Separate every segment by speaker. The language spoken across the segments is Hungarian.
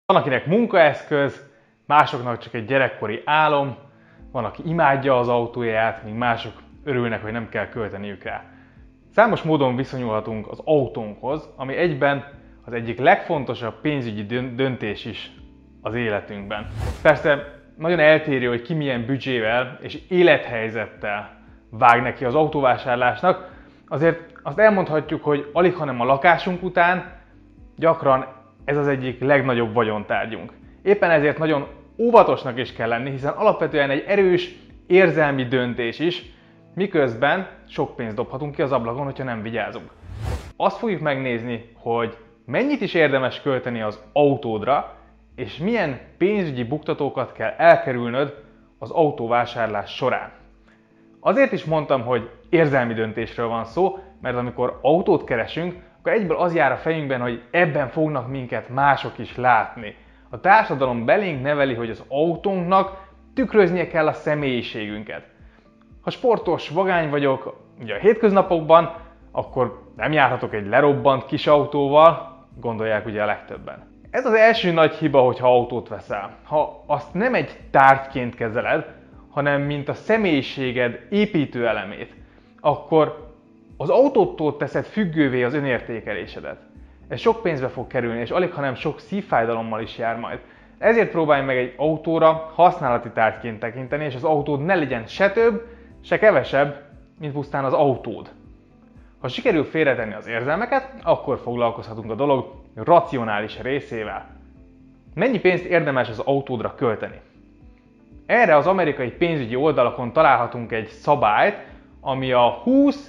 Speaker 1: Van, akinek munkaeszköz, másoknak csak egy gyerekkori álom, van, aki imádja az autóját, míg mások örülnek, hogy nem kell költeniük rá. Számos módon viszonyulhatunk az autónkhoz, ami egyben az egyik legfontosabb pénzügyi döntés is az életünkben. Persze nagyon eltérő, hogy ki milyen büdzsével és élethelyzettel vág neki az autóvásárlásnak, azért azt elmondhatjuk, hogy alighanem a lakásunk után gyakran ez az egyik legnagyobb vagyontárgyunk. Éppen ezért nagyon óvatosnak is kell lenni, hiszen alapvetően egy erős érzelmi döntés is, miközben sok pénzt dobhatunk ki az ablakon, hogyha nem vigyázunk. Azt fogjuk megnézni, hogy mennyit is érdemes költeni az autódra, és milyen pénzügyi buktatókat kell elkerülnöd az autóvásárlás során. Azért is mondtam, hogy érzelmi döntésről van szó, mert amikor autót keresünk, akkor egyből az jár a fejünkben, hogy ebben fognak minket mások is látni. A társadalom belénk neveli, hogy az autónknak tükröznie kell a személyiségünket. Ha sportos vagány vagyok, ugye a hétköznapokban, akkor nem járhatok egy lerobbant kis autóval, gondolják ugye a legtöbben. Ez az első nagy hiba, hogyha autót veszel. Ha azt nem egy tárgyként kezeled, hanem mint a személyiséged építőelemét, akkor az autótól teszed függővé az önértékelésedet. Ez sok pénzbe fog kerülni, és alighanem sok szívfájdalommal is jár majd. Ezért próbálj meg egy autóra használati tárgyként tekinteni, és az autód ne legyen se több, se kevesebb, mint pusztán az autód. Ha sikerül félretenni az érzelmeket, akkor foglalkozhatunk a dolog racionális részével. Mennyi pénzt érdemes az autódra költeni? Erre az amerikai pénzügyi oldalakon találhatunk egy szabályt, ami a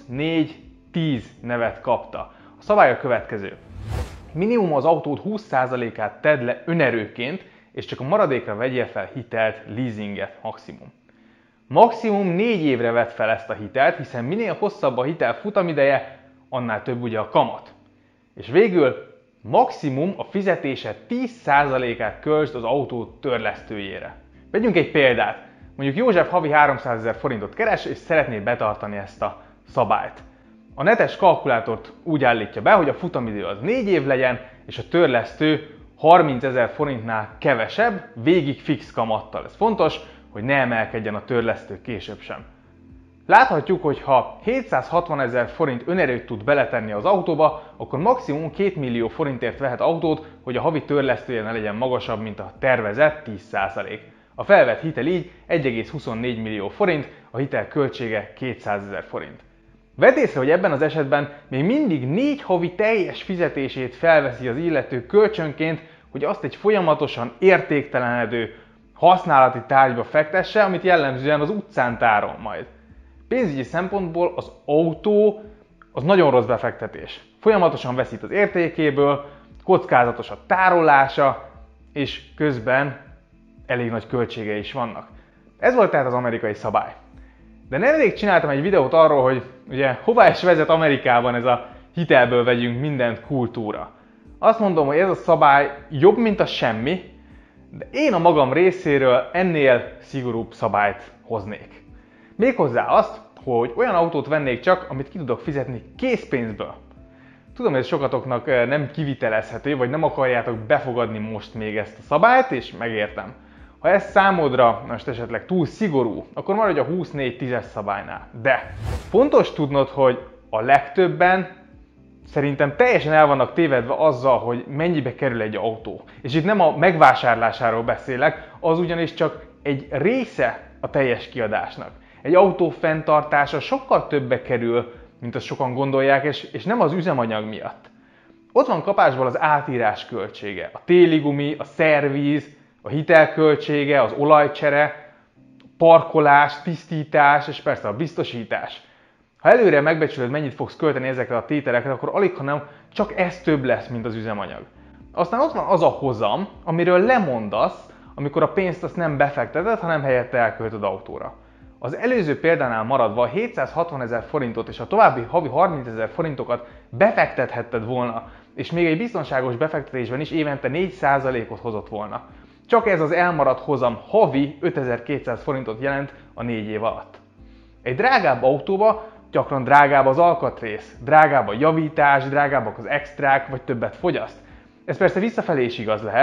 Speaker 1: 20-4-10 nevet kapta. A szabály a következő. Minimum az autód 20%-át tedd le önerőként, és csak a maradékra vegyél fel hitelt, leasinget maximum. Maximum 4 évre vedd fel ezt a hitelt, hiszen minél hosszabb a hitel futamideje, annál több ugye a kamat. És végül maximum a fizetésed 10%-át költsd az autó törlesztőjére. Vegyünk egy példát. Mondjuk József havi 300 000 forintot keres, és szeretné betartani ezt a szabályt. A netes kalkulátort úgy állítja be, hogy a futamidő az 4 év legyen, és a törlesztő 30 000 forintnál kevesebb, végig fix kamattal. Ez fontos, hogy ne emelkedjen a törlesztő később sem. Láthatjuk, hogy ha 760 000 forint önerőt tud beletenni az autóba, akkor maximum 2 millió forintért vehet autót, hogy a havi törlesztője ne legyen magasabb, mint a tervezett 10%. A felvett hitel így 1,24 millió forint, a hitel költsége 200 000 forint. Vedd észre, hogy ebben az esetben még mindig 4 havi teljes fizetését felveszi az illető kölcsönként, hogy azt egy folyamatosan értéktelenedő használati tárgyba fektesse, amit jellemzően az utcán tárol majd. Pénzügyi szempontból az autó az nagyon rossz befektetés. Folyamatosan veszít az értékéből, kockázatos a tárolása, és közben elég nagy költségei is vannak. Ez volt tehát az amerikai szabály. De nemrég csináltam egy videót arról, hogy ugye hová is vezet Amerikában ez a hitelből vegyünk mindent kultúra. Azt mondom, hogy ez a szabály jobb, mint a semmi, de én a magam részéről ennél szigorúbb szabályt hoznék. Méghozzá azt, hogy olyan autót vennék csak, amit ki tudok fizetni készpénzből. Tudom, hogy ez sokatoknak nem kivitelezhető, vagy nem akarjátok befogadni most még ezt a szabályt, és megértem. Ha ez számodra most esetleg túl szigorú, akkor maradj a 24-10-es szabálynál. De fontos tudnod, hogy a legtöbben szerintem teljesen el vannak tévedve azzal, hogy mennyibe kerül egy autó. És itt nem a megvásárlásáról beszélek, az ugyanis csak egy része a teljes kiadásnak. Egy autó fenntartása sokkal többe kerül, mint azt sokan gondolják, és nem az üzemanyag miatt. Ott van kapásból az átírás költsége, a téli gumi, a szervíz, a hitelköltsége, az olajcsere, parkolás, tisztítás és persze a biztosítás. Ha előre megbecsülöd, mennyit fogsz költeni ezekre a tételekre, akkor alighanem csak ez több lesz, mint az üzemanyag. Aztán ott van az a hozam, amiről lemondasz, amikor a pénzt azt nem befekteted, hanem helyette elköltöd autóra. Az előző példánál maradva 760 000 forintot és a további havi 30 000 forintokat befektethetted volna, és még egy biztonságos befektetésben is évente 4%-ot hozott volna. Csak ez az elmaradt hozam havi 5200 forintot jelent a 4 év alatt. Egy drágább autóba gyakran drágább az alkatrész, drágább a javítás, drágábbak az extrák, vagy többet fogyaszt. Ez persze visszafelé is igaz lehet,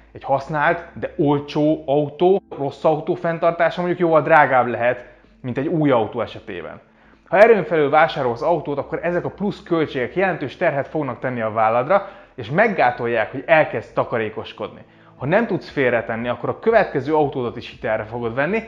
Speaker 1: egy használt, de olcsó autó, rossz autó fenntartása mondjuk jóval drágább lehet, mint egy új autó esetében. Ha erőn felül vásárolsz autót, akkor ezek a plusz költségek jelentős terhet fognak tenni a válladra, és meggátolják, hogy elkezd takarékoskodni. Ha nem tudsz félretenni, akkor a következő autódat is hitelre fogod venni,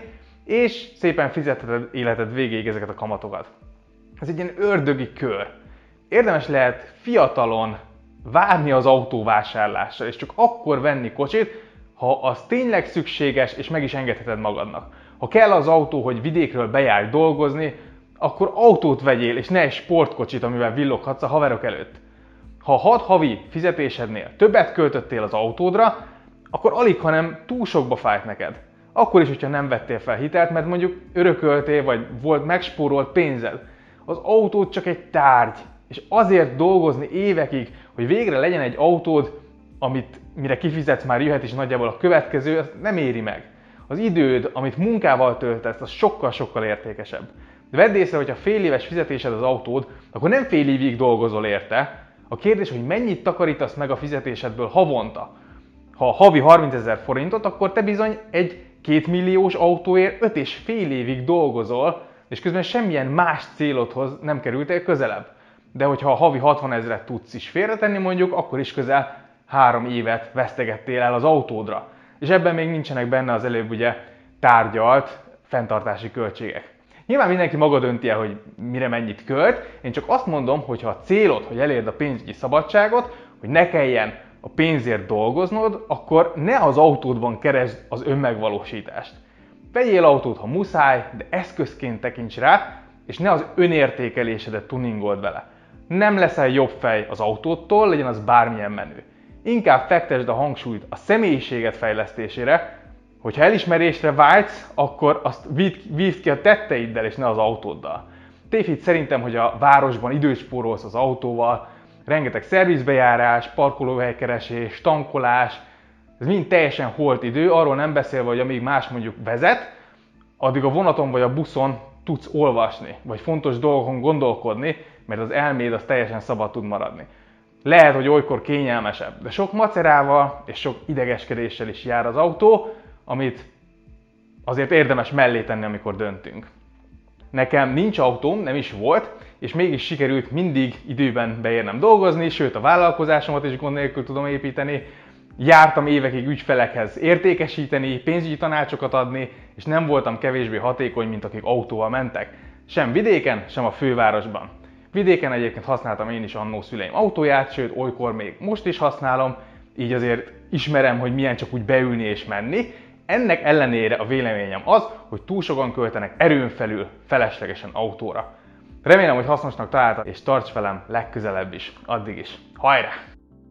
Speaker 1: és szépen fizetheted életed végéig ezeket a kamatokat. Ez egy ilyen ördögi kör. Érdemes lehet fiatalon várni az autóvásárlással, és csak akkor venni kocsit, ha az tényleg szükséges, és meg is engedheted magadnak. Ha kell az autó, hogy vidékről bejárj dolgozni, akkor autót vegyél, és ne egy sportkocsit, amivel villoghatsz a haverok előtt. Ha 6 havi fizetésednél többet költöttél az autódra, akkor alig, hanem túl sokba fájt neked. Akkor is, hogyha nem vettél fel hitelt, mert mondjuk örököltél, vagy volt megspórolt pénzed. Az autó csak egy tárgy, és azért dolgozni évekig, hogy végre legyen egy autód, amit mire kifizetsz, már jöhet is nagyjából a következő, az nem éri meg. Az időd, amit munkával töltesz, az sokkal-sokkal értékesebb. De vedd észre, hogy ha fél éves fizetésed az autód, akkor nem fél évig dolgozol érte. A kérdés, hogy mennyit takarítasz meg a fizetésedből havonta. Ha havi 30 000 forintot, akkor te bizony egy 2 milliós autóért 5,5 évig dolgozol, és közben semmilyen más célodhoz nem kerültél közelebb. De hogyha a havi 60 000-et tudsz is félretenni mondjuk, akkor is közel 3 évet vesztegettél el az autódra. És ebben még nincsenek benne az előbb ugye tárgyalt fenntartási költségek. Nyilván mindenki maga dönti el, hogy mire mennyit költ. Én csak azt mondom, hogy ha a célod, hogy elérd a pénzügyi szabadságot, hogy ne kelljen a pénzért dolgoznod, akkor ne az autódban keresd az önmegvalósítást. Vegyél autót, ha muszáj, de eszközként tekints rá, és ne az önértékelésedet tuningold vele. Nem leszel jobb fej az autódtól, legyen az bármilyen menő. Inkább fektesd a hangsúlyt a személyiséged fejlesztésére, hogyha elismerésre vágysz, akkor azt vívd ki a tetteiddel, és ne az autóddal. Tévhit szerintem, hogy a városban időt spórolsz az autóval, rengeteg szervizbejárás, parkolóhelykeresés, tankolás, ez mind teljesen holt idő, arról nem beszélve, hogy amíg más mondjuk vezet, addig a vonaton vagy a buszon tudsz olvasni, vagy fontos dolgokon gondolkodni, mert az elméd az teljesen szabad tud maradni. Lehet, hogy olykor kényelmesebb, de sok macerával és sok idegeskedéssel is jár az autó, amit azért érdemes mellé tenni, amikor döntünk. Nekem nincs autóm, nem is volt, és mégis sikerült mindig időben beérnem dolgozni, sőt a vállalkozásomat is gond nélkül tudom építeni. Jártam évekig ügyfelekhez értékesíteni, pénzügyi tanácsokat adni, és nem voltam kevésbé hatékony, mint akik autóval mentek. Sem vidéken, sem a fővárosban. Vidéken egyébként használtam én is annó szüleim autóját, sőt olykor még most is használom, így azért ismerem, hogy milyen csak úgy beülni és menni. Ennek ellenére a véleményem az, hogy túl sokan költenek erőn felül feleslegesen autóra. Remélem, hogy hasznosnak találtad, és tarts velem legközelebb is. Addig is. Hajrá!